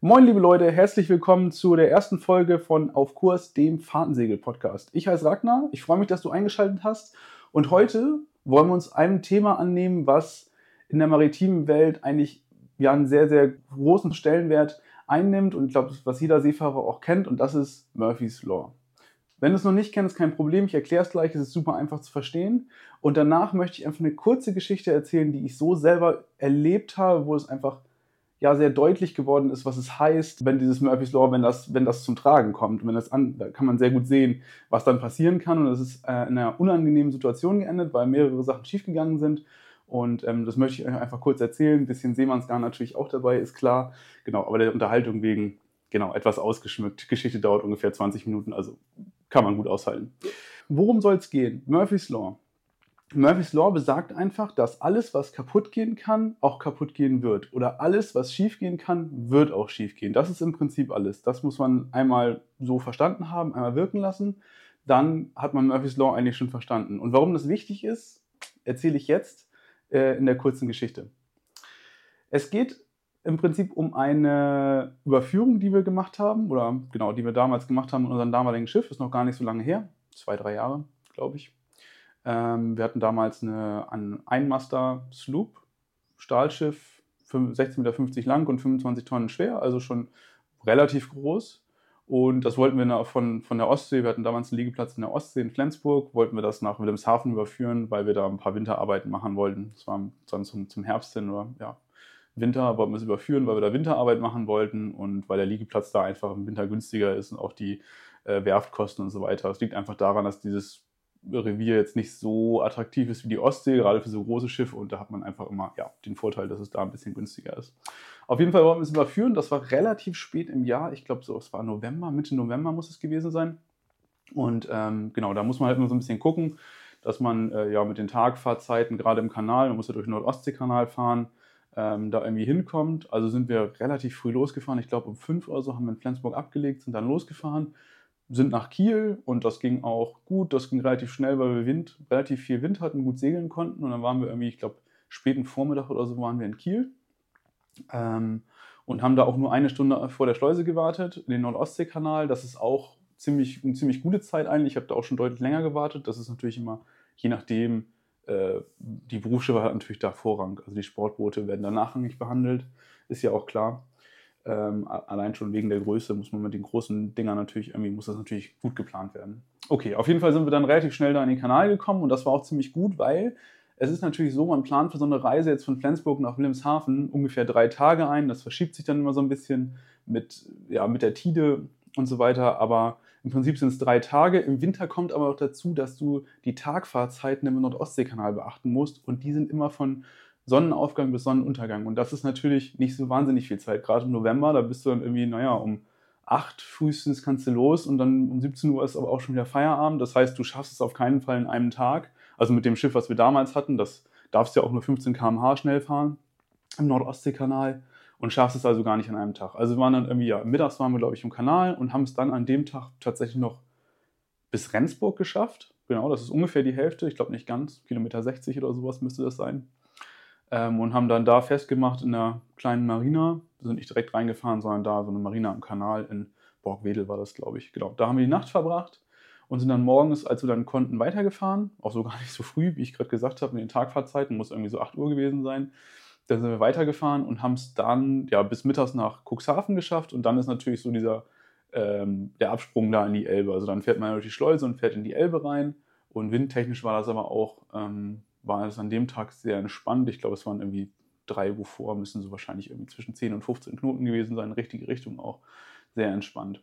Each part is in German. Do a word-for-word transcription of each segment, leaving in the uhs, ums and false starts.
Moin liebe Leute, herzlich willkommen zu der ersten Folge von Auf Kurs, dem Fahrtensegel-Podcast. Ich heiße Ragnar, ich freue mich, dass du eingeschaltet hast und heute wollen wir uns einem Thema annehmen, was in der maritimen Welt eigentlich ja einen sehr, sehr großen Stellenwert einnimmt und ich glaube, was jeder Seefahrer auch kennt, und das ist Murphy's Law. Wenn du es noch nicht kennst, kein Problem, ich erkläre es gleich, es ist super einfach zu verstehen. Und danach möchte ich einfach eine kurze Geschichte erzählen, die ich so selber erlebt habe, wo es einfach ja sehr deutlich geworden ist, was es heißt, wenn dieses Murphy's Law, wenn das, wenn das zum Tragen kommt. Und wenn das an, da kann man sehr gut sehen, was dann passieren kann. Und es ist äh, in einer unangenehmen Situation geendet, weil mehrere Sachen schiefgegangen sind. Und ähm, das möchte ich euch einfach kurz erzählen. Ein bisschen Seemannsgarn natürlich auch dabei, ist klar. Genau, aber der Unterhaltung wegen, genau, etwas ausgeschmückt. Die Geschichte dauert ungefähr zwanzig Minuten, also kann man gut aushalten. Worum soll es gehen? Murphy's Law. Murphy's Law besagt einfach, dass alles, was kaputt gehen kann, auch kaputt gehen wird. Oder alles, was schief gehen kann, wird auch schief gehen. Das ist im Prinzip alles. Das muss man einmal so verstanden haben, einmal wirken lassen. Dann hat man Murphy's Law eigentlich schon verstanden. Und warum das wichtig ist, erzähle ich jetzt äh, in der kurzen Geschichte. Es geht im Prinzip um eine Überführung, die wir gemacht haben, oder genau, die wir damals gemacht haben in unserem damaligen Schiff. Ist noch gar nicht so lange her, zwei, drei Jahre, glaube ich. Ähm, wir hatten damals eine, ein Einmaster-Sloop, Stahlschiff, sechzehn Komma fünfzig Meter lang und fünfundzwanzig Tonnen schwer, also schon relativ groß. Und das wollten wir von, von der Ostsee, wir hatten damals einen Liegeplatz in der Ostsee in Flensburg, wollten wir das nach Wilhelmshaven überführen, weil wir da ein paar Winterarbeiten machen wollten. Das war dann zum, zum Herbst hin oder ja, Winter, wollten wir es überführen, weil wir da Winterarbeit machen wollten und weil der Liegeplatz da einfach im Winter günstiger ist und auch die äh, Werftkosten und so weiter. Das liegt einfach daran, dass dieses Revier jetzt nicht so attraktiv ist wie die Ostsee, gerade für so große Schiffe, und da hat man einfach immer ja, den Vorteil, dass es da ein bisschen günstiger ist. Auf jeden Fall wollten wir es überführen, das war relativ spät im Jahr, ich glaube so, es war November, Mitte November muss es gewesen sein. Und ähm, genau, da muss man halt immer so ein bisschen gucken, dass man äh, ja mit den Tagfahrzeiten, gerade im Kanal, man muss ja durch den Nord-Ostsee-Kanal fahren, ähm, da irgendwie hinkommt. Also sind wir relativ früh losgefahren, ich glaube um fünf oder so haben wir in Flensburg abgelegt, sind dann losgefahren, sind nach Kiel und das ging auch gut, das ging relativ schnell, weil wir Wind, relativ viel Wind hatten, gut segeln konnten und dann waren wir irgendwie, ich glaube, späten Vormittag oder so waren wir in Kiel ähm, und haben da auch nur eine Stunde vor der Schleuse gewartet, in den Nord-Ostsee-Kanal. Das ist auch ziemlich, eine ziemlich gute Zeit eigentlich, ich habe da auch schon deutlich länger gewartet. Das ist natürlich immer, je nachdem, äh, die Berufsschiffe hat natürlich da Vorrang, also die Sportboote werden da nachrangig behandelt, ist ja auch klar. Ähm, allein schon wegen der Größe muss man mit den großen Dingern natürlich, irgendwie muss das natürlich gut geplant werden. Okay, auf jeden Fall sind wir dann relativ schnell da in den Kanal gekommen und das war auch ziemlich gut, weil es ist natürlich so, man plant für so eine Reise jetzt von Flensburg nach Wilhelmshaven ungefähr drei Tage ein, das verschiebt sich dann immer so ein bisschen mit, ja, mit der Tide und so weiter, aber im Prinzip sind es drei Tage. Im Winter kommt aber auch dazu, dass du die Tagfahrzeiten im Nord-Ostsee-Kanal beachten musst und die sind immer von Sonnenaufgang bis Sonnenuntergang. Und das ist natürlich nicht so wahnsinnig viel Zeit. Gerade im November, da bist du dann irgendwie, naja, um acht frühestens kannst du los und dann um siebzehn Uhr ist aber auch schon wieder Feierabend. Das heißt, du schaffst es auf keinen Fall in einem Tag. Also mit dem Schiff, was wir damals hatten, das darfst du ja auch nur fünfzehn Kilometer pro Stunde schnell fahren im Nord-Ostsee-Kanal und schaffst es also gar nicht an einem Tag. Also wir waren dann irgendwie, ja, mittags waren wir, glaube ich, im Kanal und haben es dann an dem Tag tatsächlich noch bis Rendsburg geschafft. Genau, das ist ungefähr die Hälfte. Ich glaube nicht ganz, Kilometer sechzig oder sowas müsste das sein. Ähm, und haben dann da festgemacht in einer kleinen Marina. Wir sind nicht direkt reingefahren, sondern da so eine Marina am Kanal in Borgwedel war das, glaube ich. Genau, da haben wir die Nacht verbracht und sind dann morgens, als wir dann konnten, weitergefahren. Auch so gar nicht so früh, wie ich gerade gesagt habe, mit den Tagfahrzeiten, muss irgendwie so acht Uhr gewesen sein. Dann sind wir weitergefahren und haben es dann ja, bis mittags nach Cuxhaven geschafft. Und dann ist natürlich so dieser ähm, der Absprung da in die Elbe. Also dann fährt man durch die Schleuse und fährt in die Elbe rein. Und windtechnisch war das aber auch... Ähm, war es an dem Tag sehr entspannt. Ich glaube, es waren irgendwie drei Uhr vor, müssen so wahrscheinlich irgendwie zwischen zehn und fünfzehn Knoten gewesen sein, richtige Richtung auch, sehr entspannt.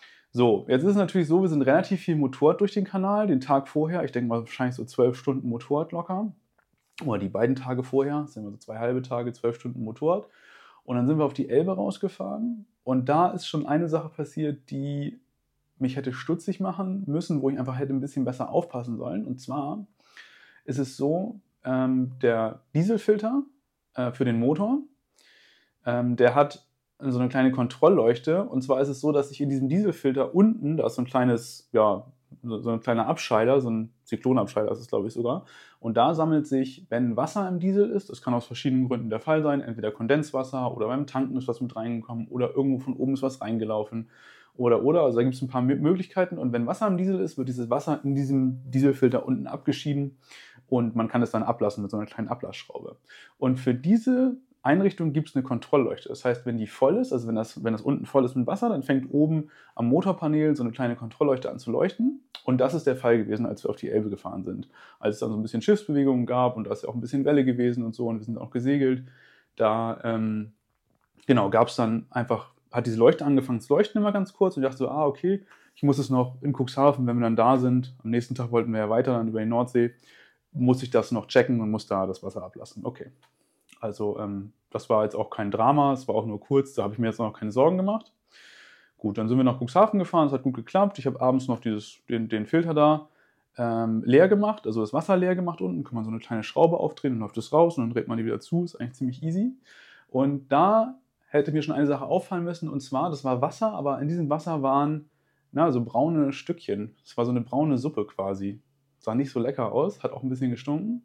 So, jetzt ist es natürlich so, wir sind relativ viel Motorrad durch den Kanal, den Tag vorher, ich denke mal wahrscheinlich so zwölf Stunden Motorrad locker, oder die beiden Tage vorher, das sind wir so zwei halbe Tage, zwölf Stunden Motorrad, und dann sind wir auf die Elbe rausgefahren und da ist schon eine Sache passiert, die mich hätte stutzig machen müssen, wo ich einfach hätte ein bisschen besser aufpassen sollen, und zwar ist es so, ähm, der Dieselfilter äh, für den Motor, ähm, der hat so eine kleine Kontrollleuchte. Und zwar ist es so, dass sich in diesem Dieselfilter unten, da ist so ein kleines, ja, so, so ein kleiner Abscheider, so ein Zyklonabscheider ist es, glaube ich, sogar. Und da sammelt sich, wenn Wasser im Diesel ist, das kann aus verschiedenen Gründen der Fall sein, entweder Kondenswasser oder beim Tanken ist was mit reingekommen oder irgendwo von oben ist was reingelaufen oder, oder. Also da gibt es ein paar Möglichkeiten. Und wenn Wasser im Diesel ist, wird dieses Wasser in diesem Dieselfilter unten abgeschieden und man kann es dann ablassen mit so einer kleinen Ablassschraube. Und für diese Einrichtung gibt es eine Kontrollleuchte. Das heißt, wenn die voll ist, also wenn das, wenn das unten voll ist mit Wasser, dann fängt oben am Motorpanel so eine kleine Kontrollleuchte an zu leuchten. Und das ist der Fall gewesen, als wir auf die Elbe gefahren sind. Als es dann so ein bisschen Schiffsbewegungen gab und da ist ja auch ein bisschen Welle gewesen und so und wir sind auch gesegelt, da ähm, genau, gab es dann einfach, hat diese Leuchte angefangen zu leuchten immer ganz kurz und ich dachte so, ah, okay, ich muss es noch in Cuxhaven, wenn wir dann da sind, am nächsten Tag wollten wir ja weiter dann über die Nordsee, muss ich das noch checken und muss da das Wasser ablassen. Okay. Also ähm, das war jetzt auch kein Drama, es war auch nur kurz, da habe ich mir jetzt noch keine Sorgen gemacht. Gut, dann sind wir nach Cuxhaven gefahren, es hat gut geklappt. Ich habe abends noch dieses, den, den Filter da ähm, leer gemacht, also das Wasser leer gemacht unten, kann man so eine kleine Schraube aufdrehen, dann läuft es raus und dann dreht man die wieder zu, ist eigentlich ziemlich easy. Und da hätte mir schon eine Sache auffallen müssen, und zwar, das war Wasser, aber in diesem Wasser waren na, so braune Stückchen. Das war so eine braune Suppe quasi. Sah nicht so lecker aus, hat auch ein bisschen gestunken.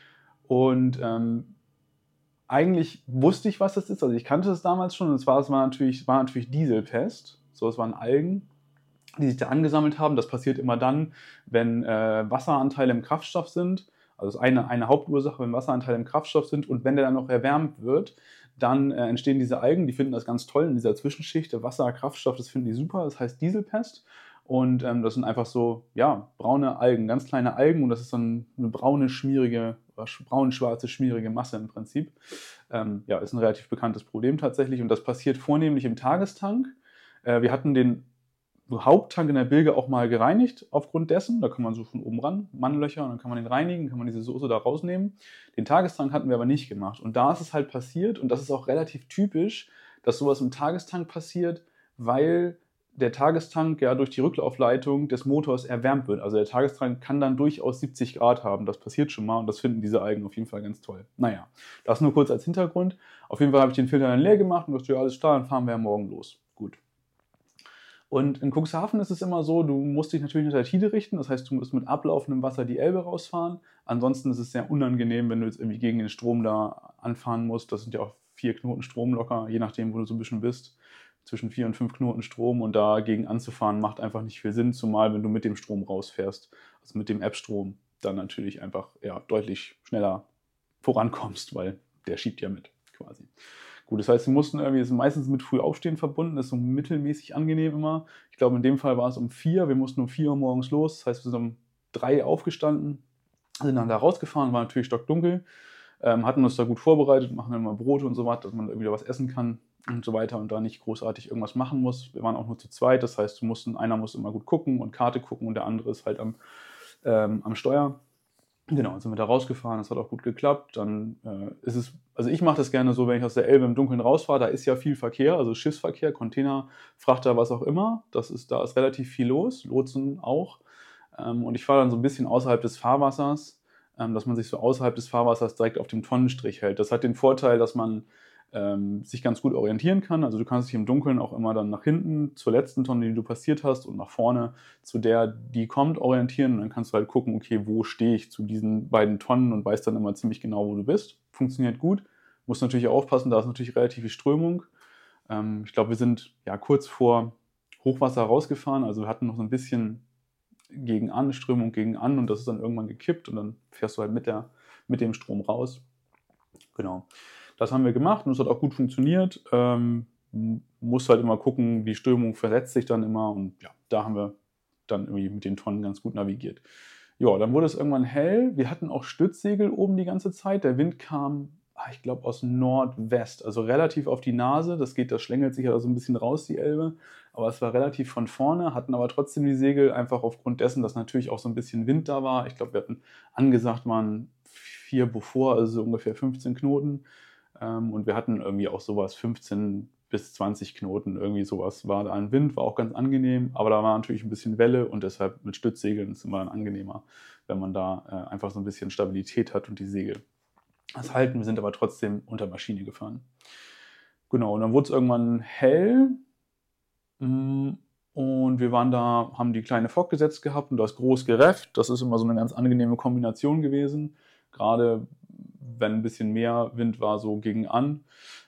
Und ähm, eigentlich wusste ich, was das ist. Also ich kannte es damals schon. Und zwar, es war natürlich, war natürlich Dieselpest. So, es waren Algen, die sich da angesammelt haben. Das passiert immer dann, wenn äh, Wasseranteile im Kraftstoff sind. Also das ist eine, eine Hauptursache, wenn Wasseranteile im Kraftstoff sind. Und wenn der dann noch erwärmt wird, dann äh, entstehen diese Algen. Die finden das ganz toll in dieser Zwischenschicht. Der Wasser, Kraftstoff, das finden die super. Das heißt Dieselpest. Und ähm, das sind einfach so, ja, braune Algen, ganz kleine Algen. Und das ist dann eine braune, schmierige, braun-schwarze, schmierige Masse im Prinzip. Ähm, ja, ist ein relativ bekanntes Problem tatsächlich. Und das passiert vornehmlich im Tagestank. Äh, wir hatten den Haupttank in der Bilge auch mal gereinigt aufgrund dessen. Da kann man so von oben ran, Mannlöcher, und dann kann man den reinigen, kann man diese Soße da rausnehmen. Den Tagestank hatten wir aber nicht gemacht. Und da ist es halt passiert, und das ist auch relativ typisch, dass sowas im Tagestank passiert, weil der Tagestank ja durch die Rücklaufleitung des Motors erwärmt wird. Also der Tagestank kann dann durchaus siebzig Grad haben. Das passiert schon mal und das finden diese Algen auf jeden Fall ganz toll. Naja, das nur kurz als Hintergrund. Auf jeden Fall habe ich den Filter dann leer gemacht und dachte, ja, alles klar, dann fahren wir ja morgen los. Gut. Und in Cuxhaven ist es immer so, du musst dich natürlich nach der Tide richten. Das heißt, du musst mit ablaufendem Wasser die Elbe rausfahren. Ansonsten ist es sehr unangenehm, wenn du jetzt irgendwie gegen den Strom da anfahren musst. Das sind ja auch vier Knoten Strom locker, je nachdem, wo du so ein bisschen bist. Zwischen vier und fünf Knoten Strom, und dagegen anzufahren macht einfach nicht viel Sinn, zumal wenn du mit dem Strom rausfährst, also mit dem App-Strom, dann natürlich einfach ja, deutlich schneller vorankommst, weil der schiebt ja mit quasi. Gut, das heißt, wir mussten irgendwie, das ist meistens mit Frühaufstehen verbunden, das ist so mittelmäßig angenehm immer. Ich glaube, in dem Fall war es um vier, wir mussten um vier Uhr morgens los, das heißt, wir sind um drei aufgestanden, sind dann da rausgefahren, war natürlich stockdunkel, ähm, hatten uns da gut vorbereitet, machen dann mal Brote und so was, dass man irgendwie da was essen kann und so weiter und da nicht großartig irgendwas machen muss. Wir waren auch nur zu zweit, das heißt, wir mussten, einer muss immer gut gucken und Karte gucken und der andere ist halt am, ähm, am Steuer. Genau, dann sind wir da rausgefahren, das hat auch gut geklappt. Dann äh, ist es, also ich mache das gerne so, wenn ich aus der Elbe im Dunkeln rausfahre, da ist ja viel Verkehr, also Schiffsverkehr, Container, Frachter, was auch immer. Das ist, da ist relativ viel los, Lotsen auch. Ähm, und ich fahre dann so ein bisschen außerhalb des Fahrwassers, ähm, dass man sich so außerhalb des Fahrwassers direkt auf dem Tonnenstrich hält. Das hat den Vorteil, dass man ähm, sich ganz gut orientieren kann. Also du kannst dich im Dunkeln auch immer dann nach hinten zur letzten Tonne, die du passiert hast, und nach vorne zu der, die kommt, orientieren. Und dann kannst du halt gucken, okay, wo stehe ich zu diesen beiden Tonnen, und weißt dann immer ziemlich genau, wo du bist. Funktioniert gut. Musst natürlich aufpassen, da ist natürlich relativ viel Strömung. Ähm, ich glaube, wir sind ja kurz vor Hochwasser rausgefahren. Also wir hatten noch so ein bisschen gegen an, Strömung gegen an, und das ist dann irgendwann gekippt und dann fährst du halt mit, der, mit dem Strom raus. Genau. Das haben wir gemacht und es hat auch gut funktioniert. Ähm, muss halt immer gucken, die Strömung versetzt sich dann immer, und ja, da haben wir dann irgendwie mit den Tonnen ganz gut navigiert. Ja, dann wurde es irgendwann hell. Wir hatten auch Stützsegel oben die ganze Zeit. Der Wind kam, ich glaube, aus Nordwest, also relativ auf die Nase. Das geht, das schlängelt sich ja so ein bisschen raus, die Elbe. Aber es war relativ von vorne, hatten aber trotzdem die Segel, einfach aufgrund dessen, dass natürlich auch so ein bisschen Wind da war. Ich glaube, wir hatten angesagt, waren vier Beaufort, also so ungefähr fünfzehn Knoten. Und wir hatten irgendwie auch sowas, fünfzehn bis zwanzig Knoten, irgendwie sowas war da ein Wind, war auch ganz angenehm, aber da war natürlich ein bisschen Welle, und deshalb mit Stützsegeln ist es immer dann angenehmer, wenn man da äh, einfach so ein bisschen Stabilität hat und die Segel das halten. Wir sind aber trotzdem unter Maschine gefahren. Genau, und dann wurde es irgendwann hell, und Und wir waren da, haben die kleine Fock gesetzt gehabt und das groß gerefft. Das ist immer so eine ganz angenehme Kombination gewesen. Gerade wenn ein bisschen mehr Wind war, so gegen an.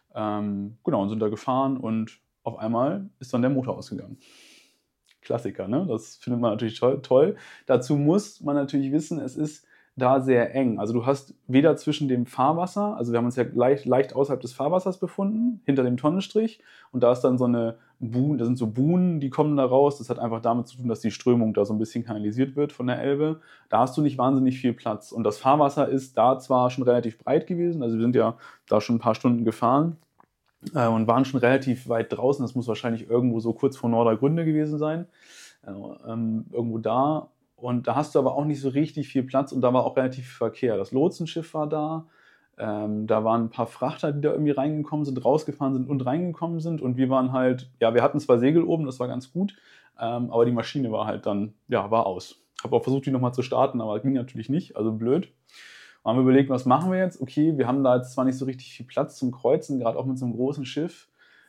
Ähm, genau, und sind da gefahren und auf einmal ist dann der Motor ausgegangen. Klassiker, ne? Das findet man natürlich toll, toll. Dazu muss man natürlich wissen, es ist da sehr eng. Also du hast weder zwischen dem Fahrwasser, also wir haben uns ja leicht, leicht außerhalb des Fahrwassers befunden, hinter dem Tonnenstrich, und da ist dann so eine Buhn, da sind so Buhnen, die kommen da raus. Das hat einfach damit zu tun, dass die Strömung da so ein bisschen kanalisiert wird von der Elbe. Da hast du nicht wahnsinnig viel Platz. Und das Fahrwasser ist da zwar schon relativ breit gewesen, also wir sind ja da schon ein paar Stunden gefahren, äh, und waren schon relativ weit draußen. Das muss wahrscheinlich irgendwo so kurz vor Nordergründe gewesen sein. Äh, ähm, irgendwo da. Und da hast du aber auch nicht so richtig viel Platz und da war auch relativ viel Verkehr. Das Lotsenschiff war da. Ähm, da waren ein paar Frachter, die da irgendwie reingekommen sind, rausgefahren sind und reingekommen sind. Und wir waren halt, ja, wir hatten zwar Segel oben, das war ganz gut, ähm, aber die Maschine war halt dann, ja, war aus. Habe auch versucht, die nochmal zu starten, aber ging natürlich nicht, also blöd. Und haben wir überlegt, was machen wir jetzt? Okay, wir haben da jetzt zwar nicht so richtig viel Platz zum Kreuzen, gerade auch mit so einem großen Schiff.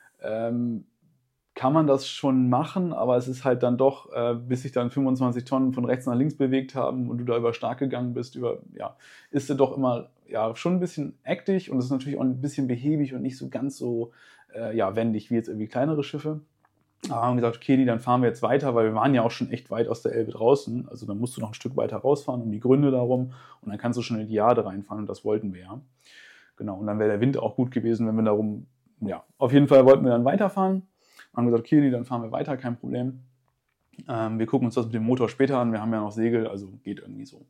Ähm, kann man das schon machen, aber es ist halt dann doch, äh, bis sich dann fünfundzwanzig Tonnen von rechts nach links bewegt haben und du da über stark gegangen bist, über, ja, ist es doch immer, ja, schon ein bisschen eckig und es ist natürlich auch ein bisschen behäbig und nicht so ganz so, äh, ja, wendig wie jetzt irgendwie kleinere Schiffe. Aber haben gesagt, okay, dann fahren wir jetzt weiter, weil wir waren ja auch schon echt weit aus der Elbe draußen. Also dann musst du noch ein Stück weiter rausfahren um die Gründe darum und dann kannst du schon in die Jade reinfahren und das wollten wir ja. Genau, und dann wäre der Wind auch gut gewesen, wenn wir darum, ja, auf jeden Fall wollten wir dann weiterfahren. Haben gesagt, okay, dann fahren wir weiter, kein Problem. Ähm, wir gucken uns das mit dem Motor später an, wir haben ja noch Segel, also geht irgendwie so.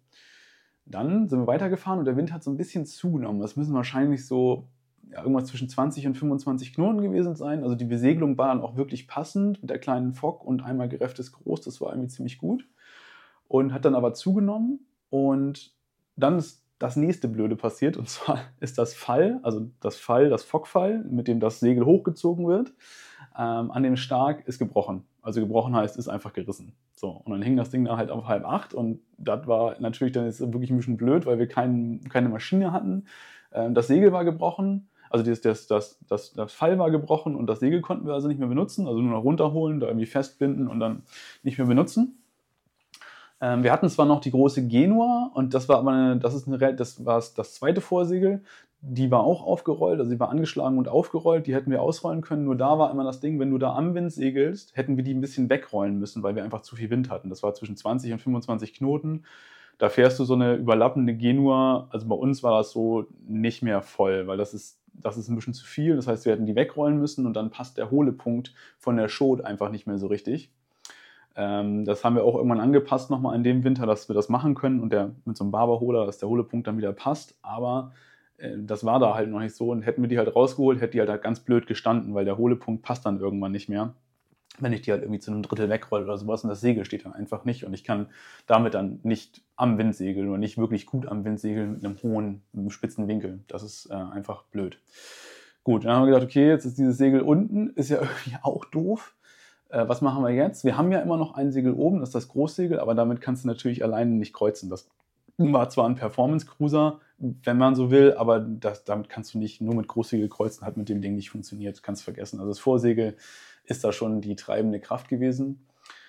Dann sind wir weitergefahren und der Wind hat so ein bisschen zugenommen. Das müssen wahrscheinlich so, ja, irgendwas zwischen zwanzig und fünfundzwanzig Knoten gewesen sein. Also die Besegelung war dann auch wirklich passend mit der kleinen Fock und einmal gerefftes Groß, das war irgendwie ziemlich gut. Und hat dann aber zugenommen und dann ist das nächste Blöde passiert, und zwar ist das Fall, also das Fall, das Fockfall, mit dem das Segel hochgezogen wird, ähm, an dem Stark ist gebrochen. Also gebrochen heißt, ist einfach gerissen. So, und dann hing das Ding da halt auf halb acht und das war natürlich dann jetzt wirklich ein bisschen blöd, weil wir kein, keine Maschine hatten. Ähm, das Segel war gebrochen, also das, das, das, das, das Fall war gebrochen und das Segel konnten wir also nicht mehr benutzen, also nur noch runterholen, da irgendwie festbinden und dann nicht mehr benutzen. Ähm, wir hatten zwar noch die große Genua und das war aber eine, das ist eine, das war das zweite Vorsegel. Die war auch aufgerollt, also sie war angeschlagen und aufgerollt, die hätten wir ausrollen können. Nur da war immer das Ding, wenn du da am Wind segelst, hätten wir die ein bisschen wegrollen müssen, weil wir einfach zu viel Wind hatten. Das war zwischen zwanzig und fünfundzwanzig Knoten. Da fährst du so eine überlappende Genua, also bei uns war das so nicht mehr voll, weil das ist, das ist ein bisschen zu viel. Das heißt, wir hätten die wegrollen müssen und dann passt der Hohlepunkt von der Schot einfach nicht mehr so richtig. Ähm, das haben wir auch irgendwann angepasst nochmal in dem Winter, dass wir das machen können und der mit so einem Barberholer, dass der Hohlepunkt dann wieder passt. Aber äh, das war da halt noch nicht so und hätten wir die halt rausgeholt, hätte die halt, halt ganz blöd gestanden, weil der Hohlepunkt passt dann irgendwann nicht mehr, wenn ich die halt irgendwie zu einem Drittel wegrolle oder sowas und das Segel steht dann einfach nicht und ich kann damit dann nicht am Wind segeln oder nicht wirklich gut am Wind segeln mit einem hohen, mit einem spitzen Winkel. Das ist äh, einfach blöd. Gut, dann haben wir gesagt, okay, jetzt ist dieses Segel unten, ist ja irgendwie auch doof. Was machen wir jetzt? Wir haben ja immer noch ein Segel oben, das ist das Großsegel, aber damit kannst du natürlich alleine nicht kreuzen. Das war zwar ein Performance-Cruiser, wenn man so will, aber das, damit kannst du nicht nur mit Großsegel kreuzen, hat mit dem Ding nicht funktioniert, kannst vergessen. Also das Vorsegel ist da schon die treibende Kraft gewesen.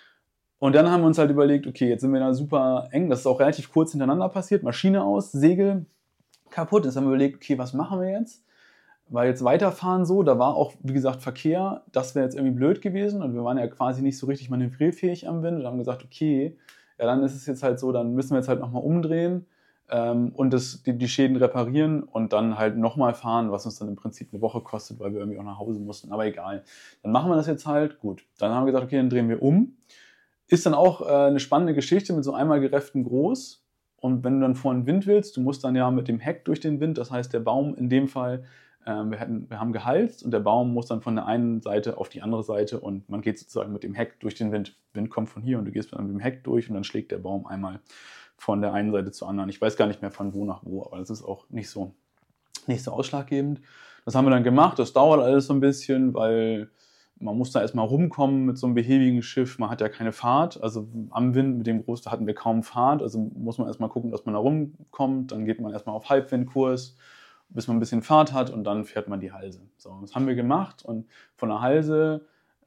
Und dann haben wir uns halt überlegt, okay, jetzt sind wir da super eng, das ist auch relativ kurz hintereinander passiert, Maschine aus, Segel kaputt. Jetzt haben wir überlegt, okay, was machen wir jetzt? Weil jetzt weiterfahren so, da war auch, wie gesagt, Verkehr, das wäre jetzt irgendwie blöd gewesen und wir waren ja quasi nicht so richtig manövrierfähig am Wind und haben gesagt, okay, ja dann ist es jetzt halt so, dann müssen wir jetzt halt nochmal umdrehen ähm, und das, die, die Schäden reparieren und dann halt nochmal fahren, was uns dann im Prinzip eine Woche kostet, weil wir irgendwie auch nach Hause mussten, aber egal. Dann machen wir das jetzt halt, gut. Dann haben wir gesagt, okay, dann drehen wir um. Ist dann auch äh, eine spannende Geschichte mit so einmal gerefften Groß und wenn du dann vor den Wind willst, du musst dann ja mit dem Heck durch den Wind, das heißt der Baum in dem Fall, Wir, hatten, wir haben gehalst und der Baum muss dann von der einen Seite auf die andere Seite und man geht sozusagen mit dem Heck durch den Wind. Wind kommt von hier und du gehst dann mit dem Heck durch und dann schlägt der Baum einmal von der einen Seite zur anderen. Ich weiß gar nicht mehr von wo nach wo, aber das ist auch nicht so, nicht so ausschlaggebend. Das haben wir dann gemacht, das dauert alles so ein bisschen, weil man muss da erstmal rumkommen mit so einem behäbigen Schiff. Man hat ja keine Fahrt, also am Wind mit dem Groß, da hatten wir kaum Fahrt, also muss man erstmal gucken, dass man da rumkommt. Dann geht man erstmal auf Halbwindkurs, bis man ein bisschen Fahrt hat und dann fährt man die Halse. So, das haben wir gemacht und von der Halse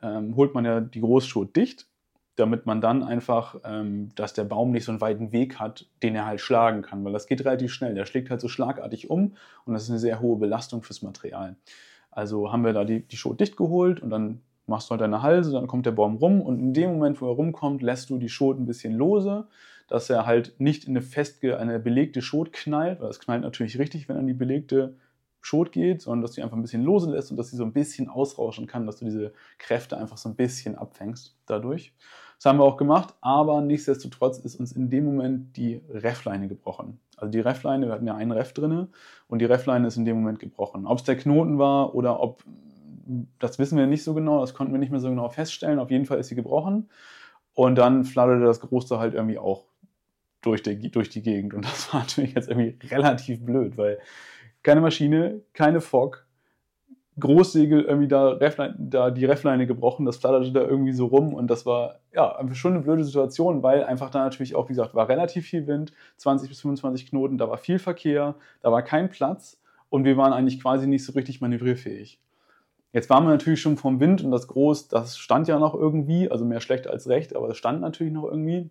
ähm, holt man ja die Großschot dicht, damit man dann einfach, ähm, dass der Baum nicht so einen weiten Weg hat, den er halt schlagen kann, weil das geht relativ schnell. Der schlägt halt so schlagartig um und das ist eine sehr hohe Belastung fürs Material. Also haben wir da die, die Schot dicht geholt und dann machst du halt deine Halse, dann kommt der Baum rum und in dem Moment, wo er rumkommt, lässt du die Schot ein bisschen lose, dass er halt nicht in eine festge, eine belegte Schot knallt, weil das knallt natürlich richtig, wenn er in die belegte Schot geht, sondern dass du die einfach ein bisschen lose lässt und dass sie so ein bisschen ausrauschen kann, dass du diese Kräfte einfach so ein bisschen abfängst dadurch. Das haben wir auch gemacht, aber nichtsdestotrotz ist uns in dem Moment die Reffleine gebrochen. Also die Reffleine, wir hatten ja einen Reff drin und die Reffleine ist in dem Moment gebrochen. Ob es der Knoten war oder ob, das wissen wir nicht so genau, das konnten wir nicht mehr so genau feststellen. Auf jeden Fall ist sie gebrochen und dann flatterte das Große halt irgendwie auch durch die, durch die Gegend und das war natürlich jetzt irgendwie relativ blöd, weil keine Maschine, keine Fock, Großsegel irgendwie da, Refflein, da die Reffleine gebrochen, das flatterte da irgendwie so rum und das war ja einfach schon eine blöde Situation, weil einfach da natürlich auch, wie gesagt, war relativ viel Wind, zwanzig bis fünfundzwanzig Knoten, da war viel Verkehr, da war kein Platz und wir waren eigentlich quasi nicht so richtig manövrierfähig. Jetzt waren wir natürlich schon vom Wind und das Groß, das stand ja noch irgendwie, also mehr schlecht als recht, aber es stand natürlich noch irgendwie.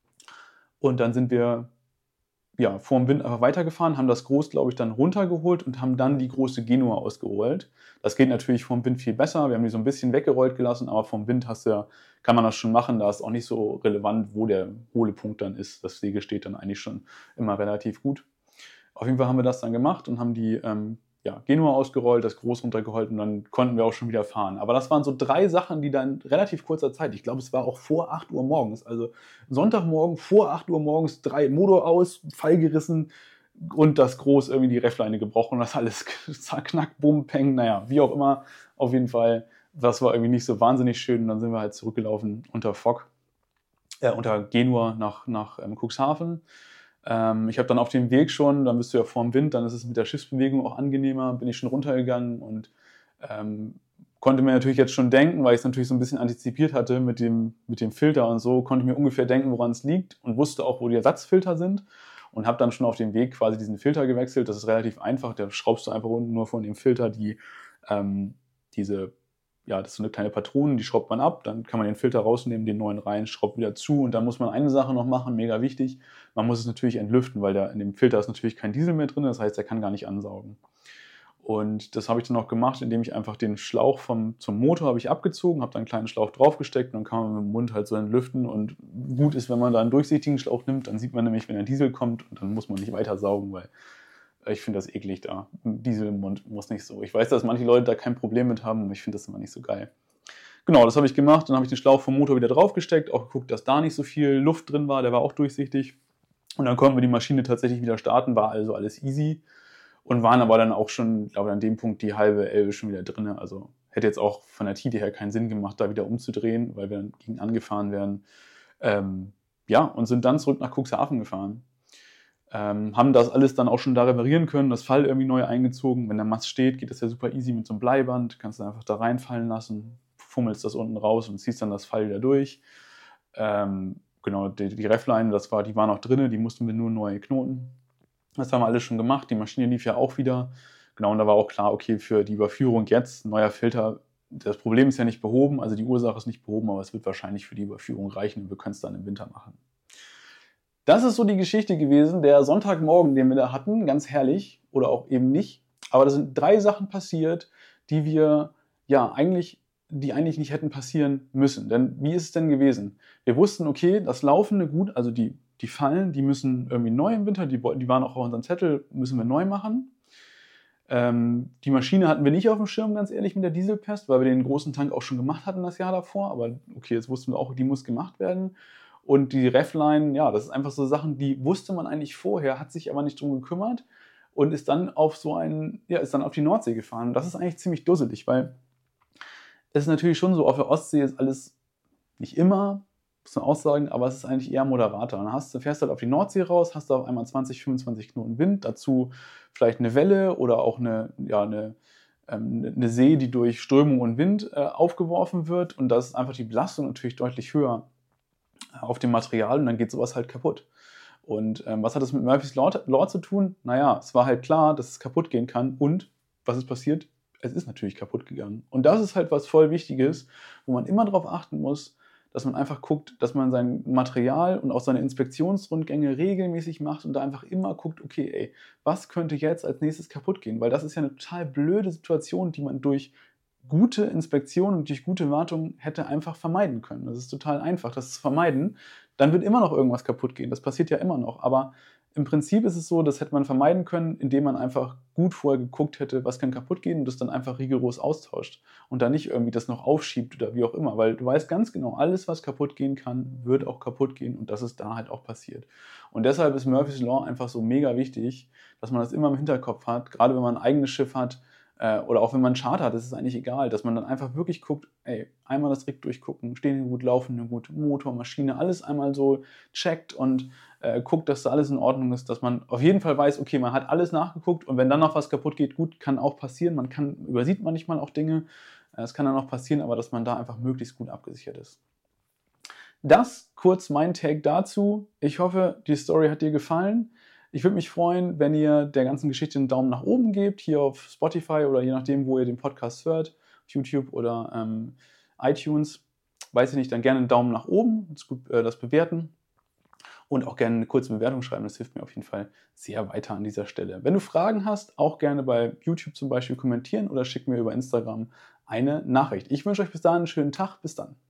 Und dann sind wir ja, vor dem Wind einfach weitergefahren, haben das Groß, glaube ich, dann runtergeholt und haben dann die große Genua ausgerollt. Das geht natürlich vom Wind viel besser. Wir haben die so ein bisschen weggerollt gelassen, aber vom Wind hast du ja, kann man das schon machen. Da ist auch nicht so relevant, wo der Hohlepunkt dann ist. Das Segel steht dann eigentlich schon immer relativ gut. Auf jeden Fall haben wir das dann gemacht und haben die ähm, ja, Genua ausgerollt, das Groß runtergeholt und dann konnten wir auch schon wieder fahren. Aber das waren so drei Sachen, die dann relativ kurzer Zeit, ich glaube, es war auch vor acht Uhr morgens, also Sonntagmorgen vor acht Uhr morgens, drei Motor aus, Pfeil gerissen und das Groß irgendwie die Reffleine gebrochen und das alles knack, bumm, peng, naja, wie auch immer, auf jeden Fall, das war irgendwie nicht so wahnsinnig schön und dann sind wir halt zurückgelaufen unter Fock, äh, unter Genua nach, nach ähm, Cuxhaven. Ähm, ich habe dann auf dem Weg schon, dann bist du ja vorm Wind, dann ist es mit der Schiffsbewegung auch angenehmer, bin ich schon runtergegangen und ähm, konnte mir natürlich jetzt schon denken, weil ich es natürlich so ein bisschen antizipiert hatte mit dem, mit dem Filter und so, konnte ich mir ungefähr denken, woran es liegt und wusste auch, wo die Ersatzfilter sind und habe dann schon auf dem Weg quasi diesen Filter gewechselt. Das ist relativ einfach, da schraubst du einfach unten nur von dem Filter die, ähm, diese, ja, das ist so eine kleine Patrone, die schraubt man ab, dann kann man den Filter rausnehmen, den neuen rein, schraubt wieder zu und dann muss man eine Sache noch machen, mega wichtig, man muss es natürlich entlüften, weil da in dem Filter ist natürlich kein Diesel mehr drin, das heißt, der kann gar nicht ansaugen. Und das habe ich dann auch gemacht, indem ich einfach den Schlauch vom, zum Motor habe ich abgezogen, habe dann einen kleinen Schlauch draufgesteckt und dann kann man mit dem Mund halt so entlüften und gut ist, wenn man da einen durchsichtigen Schlauch nimmt, dann sieht man nämlich, wenn der Diesel kommt und dann muss man nicht weiter saugen, weil ich finde das eklig da. Diesel im Mund muss nicht so. Ich weiß, dass manche Leute da kein Problem mit haben, aber ich finde das immer nicht so geil. Genau, das habe ich gemacht. Dann habe ich den Schlauch vom Motor wieder draufgesteckt, auch geguckt, dass da nicht so viel Luft drin war. Der war auch durchsichtig. Und dann konnten wir die Maschine tatsächlich wieder starten, war also alles easy. Und waren aber dann auch schon, glaube ich, an dem Punkt die halbe Elbe schon wieder drin. Also hätte jetzt auch von der Tide her keinen Sinn gemacht, da wieder umzudrehen, weil wir dann gegen angefahren wären. Ähm, ja, und sind dann zurück nach Cuxhaven gefahren. Ähm, haben das alles dann auch schon da reparieren können, das Fall irgendwie neu eingezogen. Wenn der Mast steht, geht das ja super easy mit so einem Bleiband. Kannst du einfach da reinfallen lassen, fummelst das unten raus und ziehst dann das Fall wieder durch. Ähm, genau, die, die Reffleine, das war, die war noch drin, die mussten wir nur neu knoten. Das haben wir alles schon gemacht. Die Maschine lief ja auch wieder. Genau, und da war auch klar, okay, für die Überführung jetzt, neuer Filter, das Problem ist ja nicht behoben, also die Ursache ist nicht behoben, aber es wird wahrscheinlich für die Überführung reichen und wir können es dann im Winter machen. Das ist so die Geschichte gewesen, der Sonntagmorgen, den wir da hatten, ganz herrlich oder auch eben nicht. Aber da sind drei Sachen passiert, die wir ja eigentlich, die eigentlich nicht hätten passieren müssen. Denn wie ist es denn gewesen? Wir wussten, okay, das Laufende gut, also die, die Fallen, die müssen irgendwie neu im Winter, die, die waren auch auf unserem Zettel, müssen wir neu machen. Ähm, die Maschine hatten wir nicht auf dem Schirm, ganz ehrlich, mit der Dieselpest, weil wir den großen Tank auch schon gemacht hatten das Jahr davor. Aber okay, jetzt wussten wir auch, die muss gemacht werden. Und die Reffline, ja, das ist einfach so Sachen, die wusste man eigentlich vorher, hat sich aber nicht drum gekümmert und ist dann auf so einen, ja, ist dann auf die Nordsee gefahren. Und das ist eigentlich ziemlich dusselig, weil es ist natürlich schon so, auf der Ostsee ist alles nicht immer, muss man auch sagen, aber es ist eigentlich eher moderater. Dann hast du, fährst halt auf die Nordsee raus, hast du auf einmal zwanzig, fünfundzwanzig Knoten Wind, dazu vielleicht eine Welle oder auch eine, ja, eine, ähm, eine See, die durch Strömung und Wind äh, aufgeworfen wird und da ist einfach die Belastung natürlich deutlich höher auf dem Material und dann geht sowas halt kaputt. Und ähm, was hat das mit Murphy's Law, Law zu tun? Naja, es war halt klar, dass es kaputt gehen kann und was ist passiert? es ist natürlich kaputt gegangen. Und das ist halt was voll Wichtiges, wo man immer darauf achten muss, dass man einfach guckt, dass man sein Material und auch seine Inspektionsrundgänge regelmäßig macht und da einfach immer guckt, okay, ey, was könnte jetzt als nächstes kaputt gehen? Weil das ist ja eine total blöde Situation, die man durch gute Inspektion und durch gute Wartung hätte einfach vermeiden können. Das ist total einfach, das zu vermeiden. Dann wird immer noch irgendwas kaputt gehen. Das passiert ja immer noch. Aber im Prinzip ist es so, das hätte man vermeiden können, indem man einfach gut vorher geguckt hätte, was kann kaputt gehen und das dann einfach rigoros austauscht und dann nicht irgendwie das noch aufschiebt oder wie auch immer, weil du weißt ganz genau, alles, was kaputt gehen kann, wird auch kaputt gehen und das ist da halt auch passiert. Und deshalb ist Murphy's Law einfach so mega wichtig, dass man das immer im Hinterkopf hat, gerade wenn man ein eigenes Schiff hat, oder auch wenn man einen Charter hat, ist es eigentlich egal, dass man dann einfach wirklich guckt, ey, einmal das Rig durchgucken, stehen die gut, laufen die gut, Motor, Maschine, alles einmal so checkt und äh, guckt, dass da alles in Ordnung ist, dass man auf jeden Fall weiß, okay, man hat alles nachgeguckt und wenn dann noch was kaputt geht, gut, kann auch passieren, man kann, übersieht manchmal auch Dinge, es kann dann auch passieren, aber dass man da einfach möglichst gut abgesichert ist. Das kurz mein Take dazu. Ich hoffe, die Story hat dir gefallen. Ich würde mich freuen, wenn ihr der ganzen Geschichte einen Daumen nach oben gebt, hier auf Spotify oder je nachdem, wo ihr den Podcast hört, auf YouTube oder ähm, iTunes. Weiß ich nicht, dann gerne einen Daumen nach oben, das, gut, äh, das bewerten und auch gerne eine kurze Bewertung schreiben. Das hilft mir auf jeden Fall sehr weiter an dieser Stelle. Wenn du Fragen hast, auch gerne bei YouTube zum Beispiel kommentieren oder schick mir über Instagram eine Nachricht. Ich wünsche euch bis dahin einen schönen Tag. Bis dann.